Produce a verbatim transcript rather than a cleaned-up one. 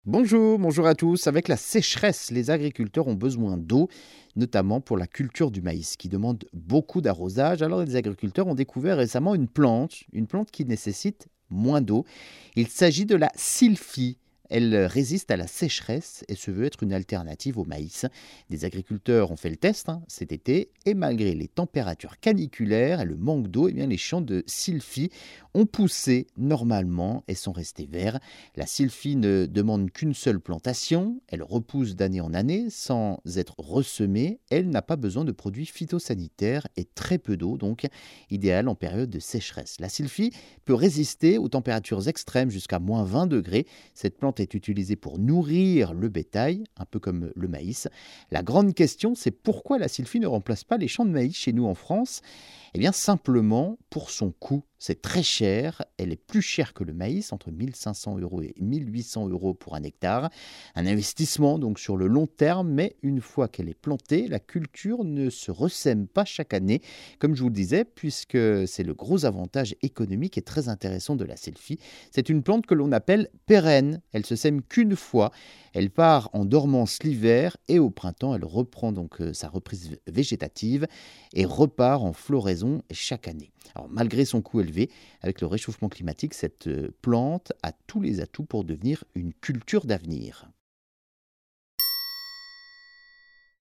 Bonjour, bonjour à tous. Avec la sécheresse, les agriculteurs ont besoin d'eau, notamment pour la culture du maïs, qui demande beaucoup d'arrosage. Alors les agriculteurs ont découvert récemment une plante, une plante qui nécessite moins d'eau. Il s'agit de la sylphie. Elle résiste à la sécheresse et se veut être une alternative au maïs. Des agriculteurs ont fait le test hein, cet été et malgré les températures caniculaires et le manque d'eau, eh bien, les champs de sylphie ont poussé normalement et sont restés verts. La sylphie ne demande qu'une seule plantation, elle repousse d'année en année sans être ressemée, elle n'a pas besoin de produits phytosanitaires et très peu d'eau, donc idéale en période de sécheresse. La sylphie peut résister aux températures extrêmes jusqu'à moins vingt degrés. Cette plante est utilisée pour nourrir le bétail, un peu comme le maïs. La grande question, c'est pourquoi la sylphie ne remplace pas les champs de maïs chez nous en France? Eh bien simplement pour son coût. C'est très cher, elle est plus chère que le maïs, entre mille cinq cents euros et mille huit cents euros pour un hectare. Un investissement donc sur le long terme, mais une fois qu'elle est plantée, la culture ne se ressème pas chaque année, comme je vous le disais, puisque c'est le gros avantage économique et très intéressant de la sylphie. C'est une plante que l'on appelle pérenne, elle se sème qu'une fois, elle part en dormance l'hiver et au printemps, elle reprend donc euh, sa reprise végétative et repart en floraison chaque année. Alors, malgré son coût élevé, avec le réchauffement climatique, cette euh, plante a tous les atouts pour devenir une culture d'avenir.